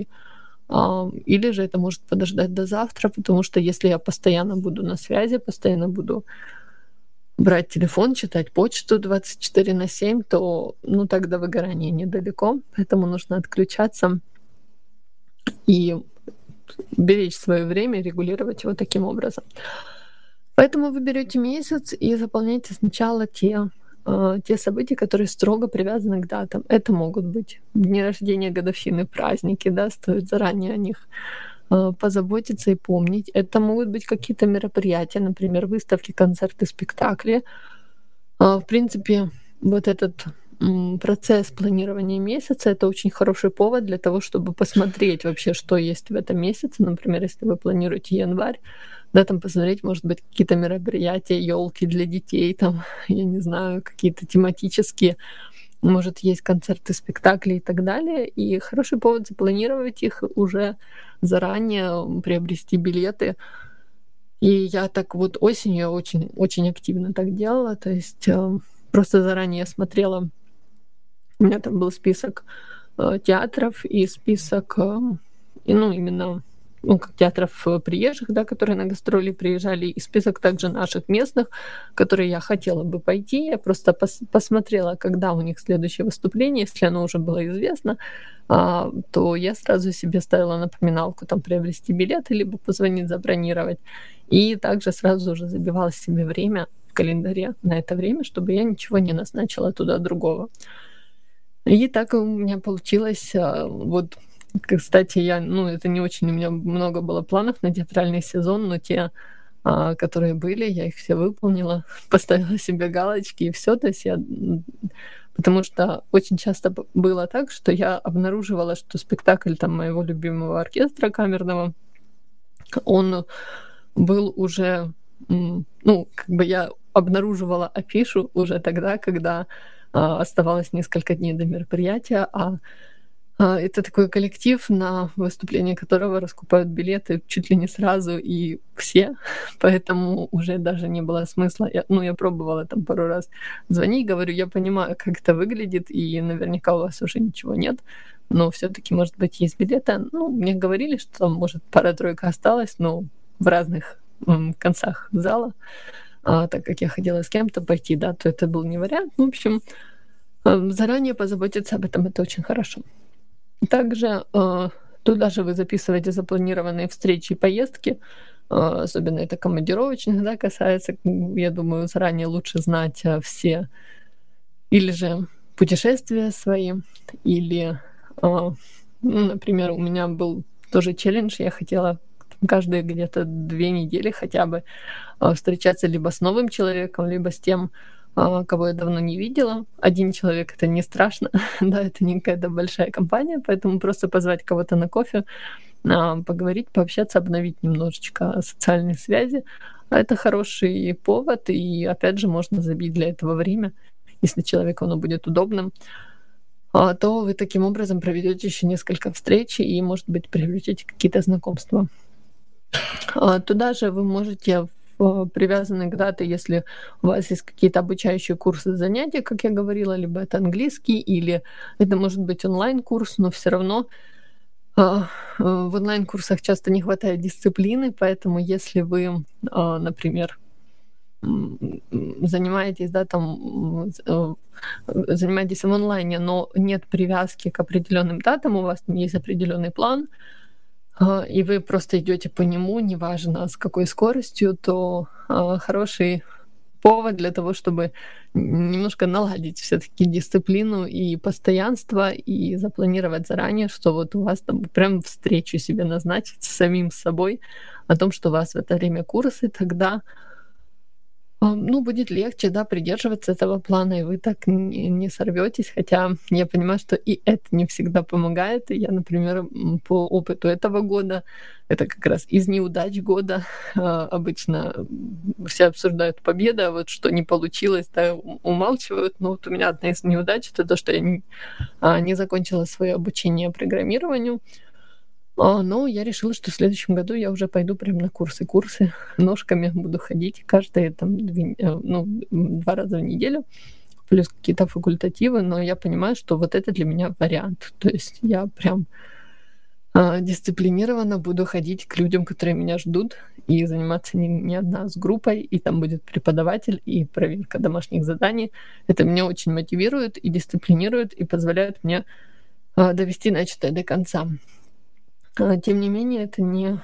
или же это может подождать до завтра, потому что если я постоянно буду на связи, постоянно буду брать телефон, читать почту 24/7, то, ну, так до выгорания недалеко, поэтому нужно отключаться и беречь свое время, регулировать его таким образом. Поэтому вы берете месяц и заполняете сначала те события, которые строго привязаны к датам. Это могут быть дни рождения, годовщины, праздники, да, стоит заранее о них позаботиться и помнить. Это могут быть какие-то мероприятия, например, выставки, концерты, спектакли. В принципе, вот этот процесс планирования месяца — это очень хороший повод для того, чтобы посмотреть вообще, что есть в этом месяце. Например, если вы планируете январь, да, там посмотреть, может быть, какие-то мероприятия, елки для детей, там, я не знаю, какие-то тематические, может, есть концерты, спектакли и так далее. И хороший повод запланировать их уже заранее, приобрести билеты. И я так вот осенью очень, очень активно так делала, то есть просто заранее смотрела. У меня там был список театров и список, именно, как театров приезжих, да, которые на гастроли приезжали, и список также наших местных, которые я хотела бы пойти. Я просто посмотрела, когда у них следующее выступление. Если оно уже было известно, то я сразу себе ставила напоминалку там приобрести билеты, либо позвонить, забронировать. И также сразу же забивала себе время в календаре на это время, чтобы я ничего не назначила туда другого. И так у меня получилось. Вот, кстати, это не очень у меня много было планов на театральный сезон, но те, которые были, я их все выполнила, поставила себе галочки и все. То есть потому что очень часто было так, что я обнаруживала, что спектакль там моего любимого оркестра камерного, он был уже, я обнаруживала афишу уже тогда, когда оставалось несколько дней до мероприятия, это такой коллектив, на выступление которого раскупают билеты чуть ли не сразу и все, поэтому уже даже не было смысла. Я пробовала там пару раз звонить, говорю, я понимаю, как это выглядит, и наверняка у вас уже ничего нет, но всё-таки, может быть, есть билеты. Мне говорили, что там, может, пара-тройка осталась, но в разных концах зала. Так как я хотела с кем-то пойти, да, то это был не вариант. В общем, заранее позаботиться об этом — это очень хорошо. Также Туда же вы записываете запланированные встречи и поездки, особенно это командировочных, да, касается. Я думаю, заранее лучше знать, все или же путешествия свои, или, например, у меня был тоже челлендж. Я хотела каждые где-то 2 недели хотя бы, встречаться либо с новым человеком, либо с тем, кого я давно не видела. Один человек — это не страшно, да, это не какая-то большая компания, поэтому просто позвать кого-то на кофе, поговорить, пообщаться, обновить немножечко социальные связи. Это хороший повод, и опять же можно забить для этого время. Если человеку оно будет удобным, то вы таким образом проведете еще несколько встреч и, может быть, приобретете какие-то знакомства. Туда же вы можете привязаны к дате, если у вас есть какие-то обучающие курсы, занятия, как я говорила, либо это английский, или это может быть онлайн-курс, но все равно в онлайн-курсах часто не хватает дисциплины, поэтому если вы, например, занимаетесь, да, там, занимаетесь в онлайне, но нет привязки к определенным датам, у вас есть определенный план, и вы просто идете по нему, неважно с какой скоростью, то хороший повод для того, чтобы немножко наладить все-таки дисциплину и постоянство, и запланировать заранее, что вот у вас там прям встречу себе назначить с самим собой о том, что у вас в это время курсы, тогда ну, будет легче, да, придерживаться этого плана, и вы так не сорвётесь. Хотя я понимаю, что и это не всегда помогает. И я, например, по опыту этого года, это как раз из неудач года, обычно все обсуждают победы, а вот что не получилось, да, умалчивают. Но вот у меня одна из неудач — это то, что я не закончила своё обучение программированию. Но я решила, что в следующем году я уже пойду прям на курсы. Ножками буду ходить каждые там 2 раза в неделю, плюс какие-то факультативы. Но я понимаю, что вот это для меня вариант. То есть я прям, дисциплинированно буду ходить к людям, которые меня ждут, и заниматься не одна, с группой, и там будет преподаватель, и проверка домашних заданий. Это меня очень мотивирует и дисциплинирует, и позволяет мне, довести начатое до конца. Тем не менее, это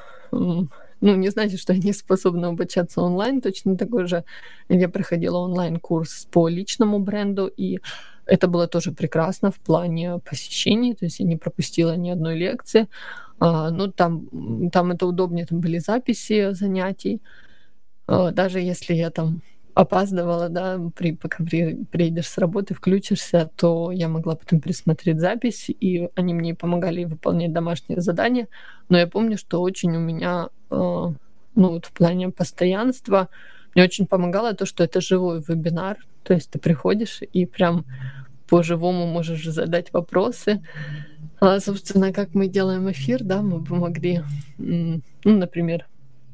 не значит, что я не способна обучаться онлайн. Точно такой же я проходила онлайн-курс по личному бренду, и это было тоже прекрасно в плане посещений, то есть я не пропустила ни одной лекции. Ну, там это удобнее, там были записи занятий. Даже если я там опаздывала, да, пока приедешь с работы, включишься, то я могла потом пересмотреть запись, и они мне помогали выполнять домашние задания. Но я помню, что очень у меня, ну, вот в плане постоянства, мне очень помогало то, что это живой вебинар. То есть ты приходишь и прям по-живому можешь задать вопросы. Собственно, как мы делаем эфир, да, мы бы могли, ну, например,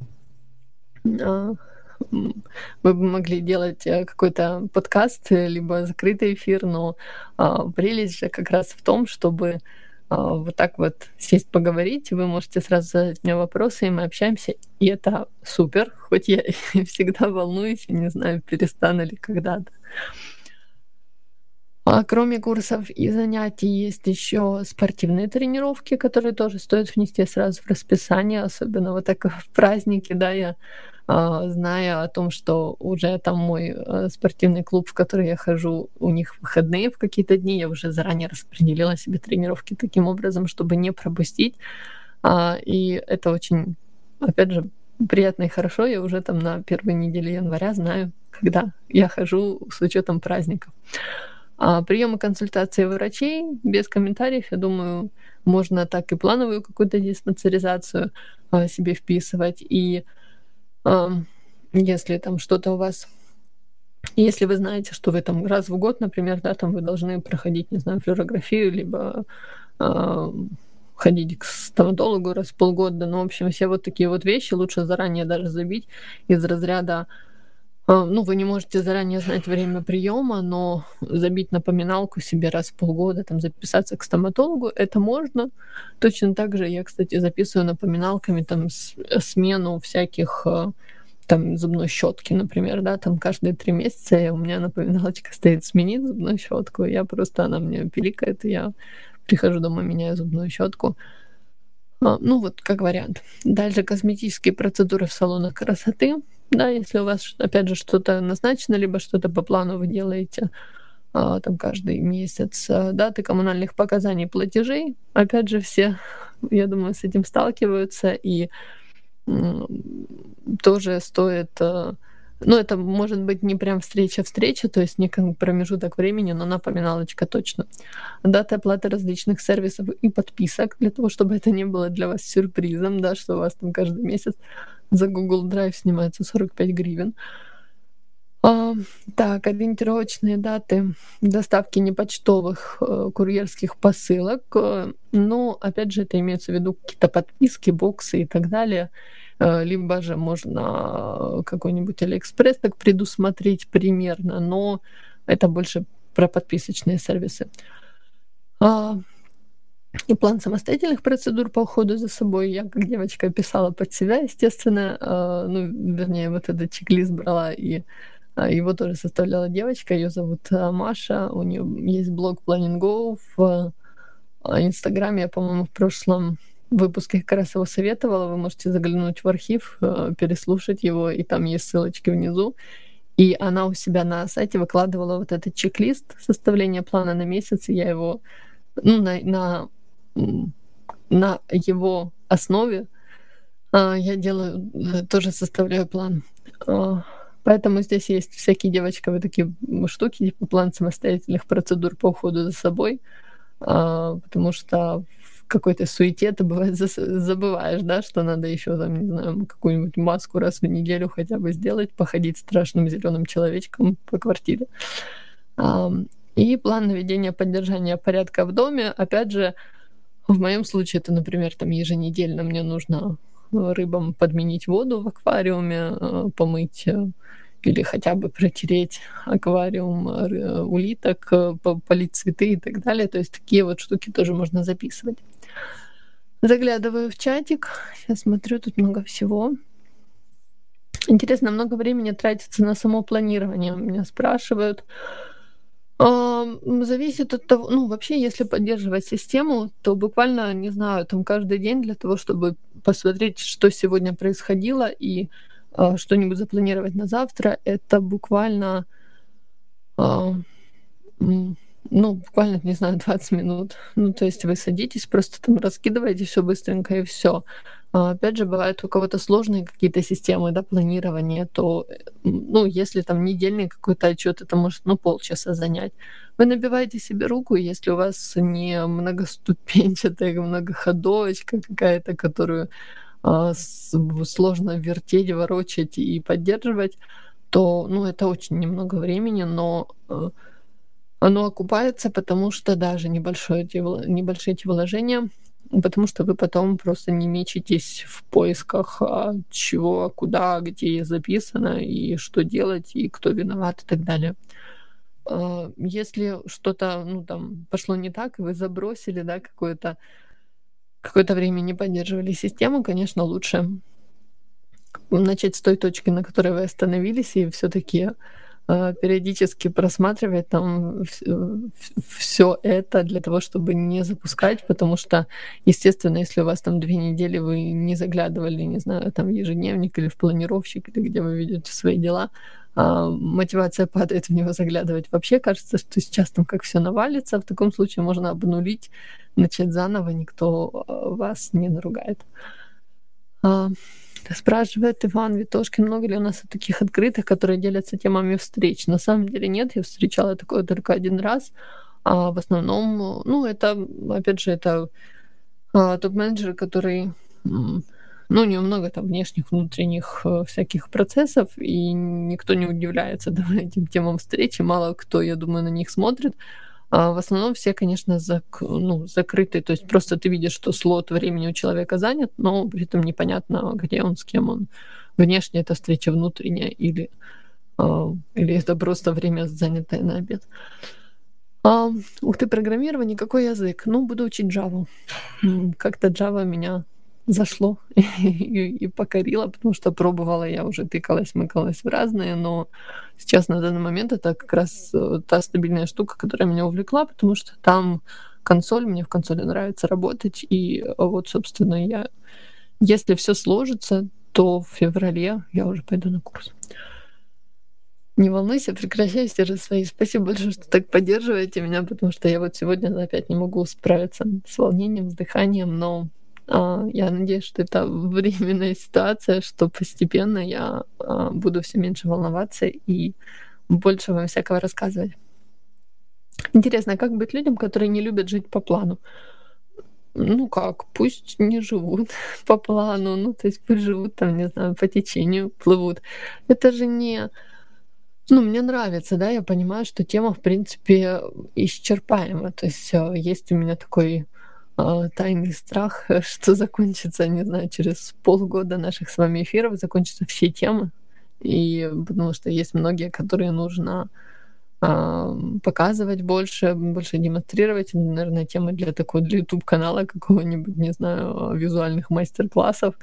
мы бы могли делать какой-то подкаст, либо закрытый эфир, но прелесть же как раз в том, чтобы вот так вот сесть поговорить. Вы можете сразу задать мне вопросы, и мы общаемся, и это супер. Хоть я и всегда волнуюсь, и не знаю, перестану ли когда-то. Кроме курсов и занятий есть еще спортивные тренировки, которые тоже стоит внести сразу в расписание, особенно вот так в праздники, да, я, зная о том, что уже там мой, спортивный клуб, в который я хожу, у них выходные в какие-то дни, я уже заранее распределила себе тренировки таким образом, чтобы не пропустить. И это очень, опять же, приятно и хорошо. Я уже там на 1 неделе января знаю, когда я хожу с учетом праздников. Приемы консультации врачей без комментариев, я думаю, можно так и плановую какую-то диспансеризацию себе вписывать. И если там что-то у вас, если вы знаете, что вы там раз в год, например, да, там вы должны проходить, не знаю, флюорографию, либо ходить к стоматологу раз в полгода, ну, в общем, все вот такие вот вещи лучше заранее даже забить из разряда. Ну, вы не можете заранее знать время приема, но забить напоминалку себе раз в полгода, там, записаться к стоматологу — это можно. Точно так же я, кстати, записываю напоминалками там смену всяких там зубной щетки, например, да, там каждые 3 месяца у меня напоминалочка стоит сменить зубную щетку. Она мне пиликает, и я прихожу домой, меняю зубную щетку. Ну, вот как вариант. Дальше косметические процедуры в салонах красоты. Да, если у вас, опять же, что-то назначено, либо что-то по плану вы делаете, там каждый месяц, даты коммунальных показаний, платежей. Опять же, все, я думаю, с этим сталкиваются, и м, тоже стоит, ну, это может быть не прям встреча-встреча, то есть не как промежуток времени, но напоминалочка точно. Даты оплаты различных сервисов и подписок, для того, чтобы это не было для вас сюрпризом, да, что у вас там каждый месяц за Google Drive снимается 45 гривен. А, так, ориентировочные даты доставки непочтовых, курьерских посылок. Ну, опять же, это имеется в виду какие-то подписки, боксы и так далее. Либо же можно какой-нибудь Алиэкспресс так предусмотреть примерно, но это больше про подписочные сервисы. А, и план самостоятельных процедур по уходу за собой я, как девочка, писала под себя, естественно. Ну, вернее, вот этот чек-лист брала и его тоже составляла девочка, ее зовут Маша, у нее есть блог Planning Go в Инстаграме, я, по-моему, в прошлом выпуске как раз его советовала, вы можете заглянуть в архив, переслушать его, и там есть ссылочки внизу. И она у себя на сайте выкладывала вот этот чек-лист составления плана на месяц, и я его, ну, на его основе я делаю, тоже составляю план. Поэтому здесь есть всякие, девочка, вот такие штуки, типа план самостоятельных процедур по уходу за собой, потому что в какой-то суете ты бывает забываешь, да, что надо еще там, не знаю, какую-нибудь маску раз в неделю хотя бы сделать, походить страшным зеленым человечком по квартире. И план наведения поддержания порядка в доме, опять же, в моем случае это, например, там еженедельно мне нужно рыбам подменить воду в аквариуме, помыть или хотя бы протереть аквариум улиток, полить цветы и так далее. То есть такие вот штуки тоже можно записывать. Заглядываю в чатик. Сейчас смотрю, тут много всего. Интересно, много времени тратится на само планирование. Меня спрашивают. Зависит от того, ну, вообще, если поддерживать систему, то буквально, не знаю, там каждый день для того, чтобы посмотреть, что сегодня происходило, и что-нибудь запланировать на завтра, это буквально, а, ну, буквально, не знаю, 20 минут. Ну, то есть вы садитесь, просто там раскидываете все быстренько и все. Опять же, бывают у кого-то сложные какие-то системы, да, планирования, то, ну, если там недельный какой-то отчет, это может, ну, полчаса занять. Вы набиваете себе руку, если у вас не многоступенчатая, многоходовочка какая-то, которую сложно вертеть, ворочать и поддерживать, то, ну, это очень немного времени, но оно окупается, потому что даже небольшие эти вложения, потому что вы потом просто не мечетесь в поисках, чего, куда, где записано, и что делать, и кто виноват, и так далее. Если что-то, ну, там, пошло не так, и вы забросили, да, какое-то время не поддерживали систему, конечно, лучше начать с той точки, на которой вы остановились, и все-таки периодически просматривать там все это для того, чтобы не запускать, потому что, естественно, если у вас там 2 недели вы не заглядывали, не знаю, там в ежедневник или в планировщик, или где вы ведете свои дела, мотивация падает в него заглядывать. Вообще кажется, что сейчас там как все навалится, в таком случае можно обнулить, начать заново, никто вас не наругает. Спрашивает Иван Витошкин, много ли у нас таких открытых, которые делятся темами встреч. На самом деле нет, я встречала такое только один раз. В основном, ну, это, опять же, это топ-менеджер, который, ну, у него много там внешних, внутренних всяких процессов, и никто не удивляется, да, этим темам встречи, мало кто, я думаю, на них смотрит. В основном все, конечно, закрыты. То есть просто ты видишь, что слот времени у человека занят, но при этом непонятно, где он, с кем он. Внешне это встреча внутренняя или это просто время, занятое на обед. Ух ты, программирование, какой язык? Ну, буду учить Java. Как-то Java меня зашло и покорило, потому что пробовала, я уже тыкалась-мыкалась в разные, но сейчас на данный момент это как раз та стабильная штука, которая меня увлекла, потому что там консоль, мне в консоли нравится работать. И вот, собственно, если все сложится, то в феврале я уже пойду на курс. Не волнуйся, прекращай все же свои. Спасибо большое, что так поддерживаете меня, потому что я вот сегодня опять не могу справиться с волнением, с дыханием, но я надеюсь, что это временная ситуация, что постепенно я буду все меньше волноваться и больше вам всякого рассказывать. Интересно, а как быть людям, которые не любят жить по плану? Ну как, пусть не живут по плану, ну то есть пусть живут там, не знаю, по течению, плывут. Это же не... Ну, мне нравится, да, я понимаю, что тема, в принципе, исчерпаема. То есть есть у меня такой тайный страх, что закончится, не знаю, через полгода наших с вами эфиров закончатся все темы. И потому что есть многие, которые нужно показывать больше демонстрировать. Наверное, тема для YouTube-канала какого-нибудь, не знаю, визуальных мастер-классов.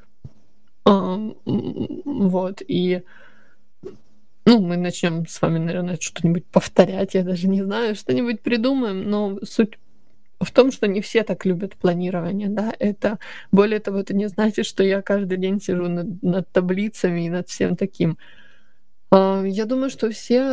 Вот, и мы начнем с вами, наверное, что-нибудь повторять, я даже не знаю, что-нибудь придумаем, но суть в том, что не все так любят планирование, да, это, более того, это не значит, что я каждый день сижу над таблицами и над всем таким. Я думаю, что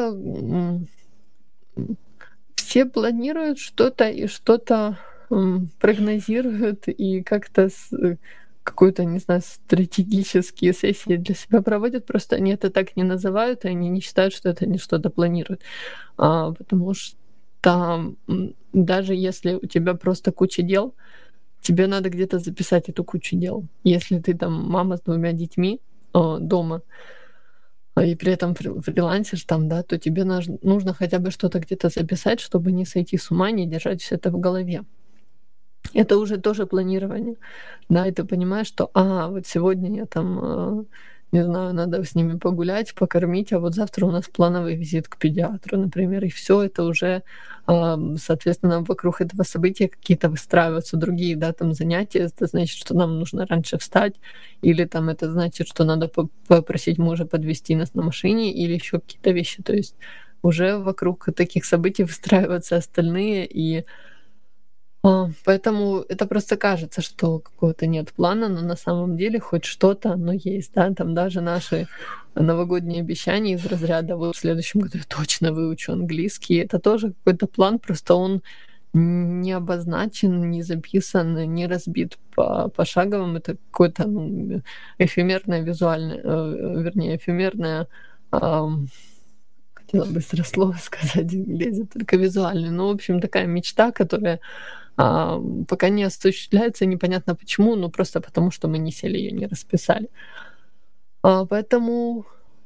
все планируют что-то и что-то прогнозируют и как-то какую-то, не знаю, стратегические сессии для себя проводят, просто они это так не называют, и они не считают, что это они что-то планируют. Потому что даже если у тебя просто куча дел, тебе надо где-то записать эту кучу дел. Если ты там мама с 2 детьми дома, и при этом фрилансишь там, да, то тебе нужно хотя бы что-то где-то записать, чтобы не сойти с ума, не держать всё это в голове. Это уже тоже планирование. Да, и ты понимаешь, что, вот сегодня я там, не знаю, надо с ними погулять, покормить, а вот завтра у нас плановый визит к педиатру, например, и всё это уже, соответственно, вокруг этого события какие-то выстраиваются другие, да, там занятия. Это значит, что нам нужно раньше встать, или там это значит, что надо попросить мужа подвезти нас на машине, или ещё какие-то вещи. То есть уже вокруг таких событий выстраиваются остальные, и поэтому это просто кажется, что какого-то нет плана, но на самом деле хоть что-то оно есть, да. Там даже наши новогодние обещания из разряда: "Вот в следующем году я точно выучу английский". Это тоже какой-то план, просто он не обозначен, не записан, не разбит по пошаговым. Это какое-то, эфемерное визуальное, вернее, эфемерное, хотела быстро слово сказать, лезет только визуальный. Ну, в общем, такая мечта, которая пока не осуществляется, непонятно почему, но просто потому, что мы не сели её, не расписали. Поэтому,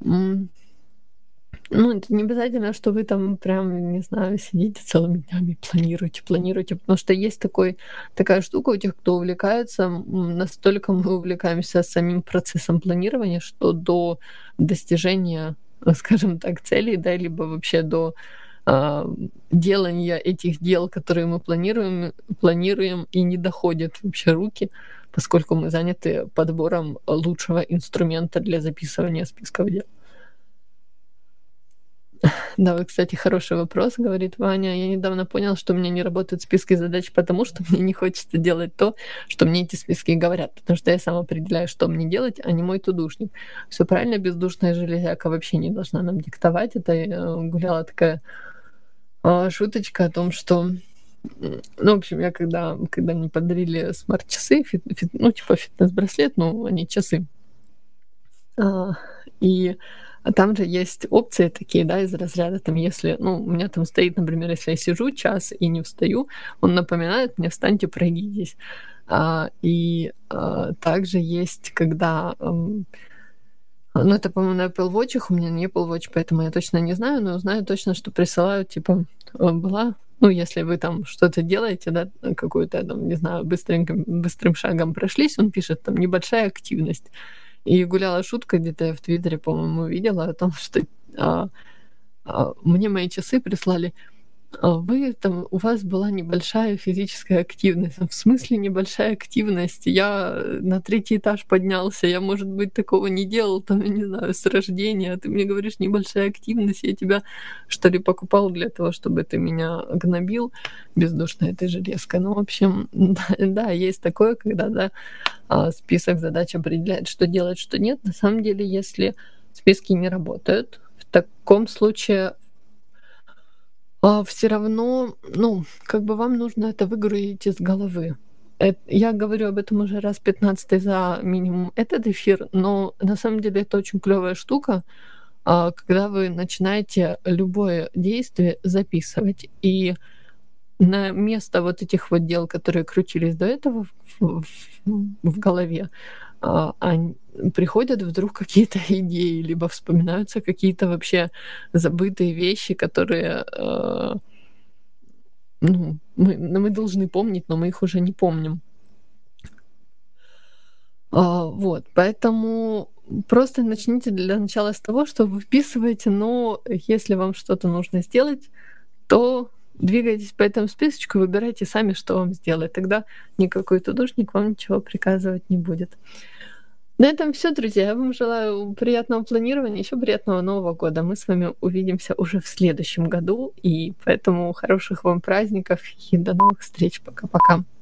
это не обязательно, что вы там прям, не знаю, сидите целыми днями и планируете, потому что есть такая штука у тех, кто увлекается, настолько мы увлекаемся самим процессом планирования, что до достижения, скажем так, целей, да, либо вообще до делания этих дел, которые мы планируем, и не доходят вообще руки, поскольку мы заняты подбором лучшего инструмента для записывания списков дел. Да, вот, кстати, хороший вопрос, говорит Ваня. Я недавно понял, что у меня не работают списки задач, потому что мне не хочется делать то, что мне эти списки говорят, потому что я сам определяю, что мне делать, а не мой тудушник. Всё правильно, бездушная железяка вообще не должна нам диктовать. Это гуляла такая шуточка о том, что, в общем, я когда мне подарили смарт-часы, типа фитнес-браслет, они часы. И там же есть опции такие, да, из разряда, там, если, у меня там стоит, например, если я сижу час и не встаю, он напоминает мне: "Встаньте, пройдитесь". Также есть, когда, это, по-моему, на Apple Watch, у меня не Apple Watch, поэтому я точно не знаю, но знаю точно, что присылают, типа, если вы там что-то делаете, да, какую-то там, не знаю, быстрым шагом прошлись, он пишет там: "Небольшая активность". И гуляла шутка, где-то я в Твиттере, по-моему, видела о том, что мне мои часы прислали у вас была небольшая физическая активность. В смысле небольшая активность? Я на 3-й этаж поднялся, я, может быть, такого не делал, там, я не знаю, с рождения, а ты мне говоришь небольшая активность, я тебя, что ли, покупал для того, чтобы ты меня гнобил бездушной этой железкой. Ну, в общем, да, есть такое, когда, да, список задач определяет, что делать, что нет. На самом деле, если списки не работают, в таком случае все равно, ну, как бы вам нужно это выгрузить из головы. Я говорю об этом уже раз 15 за минимум этот эфир, но на самом деле это очень клёвая штука, когда вы начинаете любое действие записывать. И на место вот этих вот дел, которые крутились до этого в голове, приходят вдруг какие-то идеи, либо вспоминаются какие-то вообще забытые вещи, которые, ну, мы должны помнить, но мы их уже не помним. Вот, поэтому просто начните для начала с того, что вы вписываете, но если вам что-то нужно сделать, то двигайтесь по этому списочку, выбирайте сами, что вам сделать. Тогда никакой тудушник вам ничего приказывать не будет. На этом всё, друзья. Я вам желаю приятного планирования, ещё приятного Нового года. Мы с вами увидимся уже в следующем году, и поэтому хороших вам праздников и до новых встреч. Пока-пока.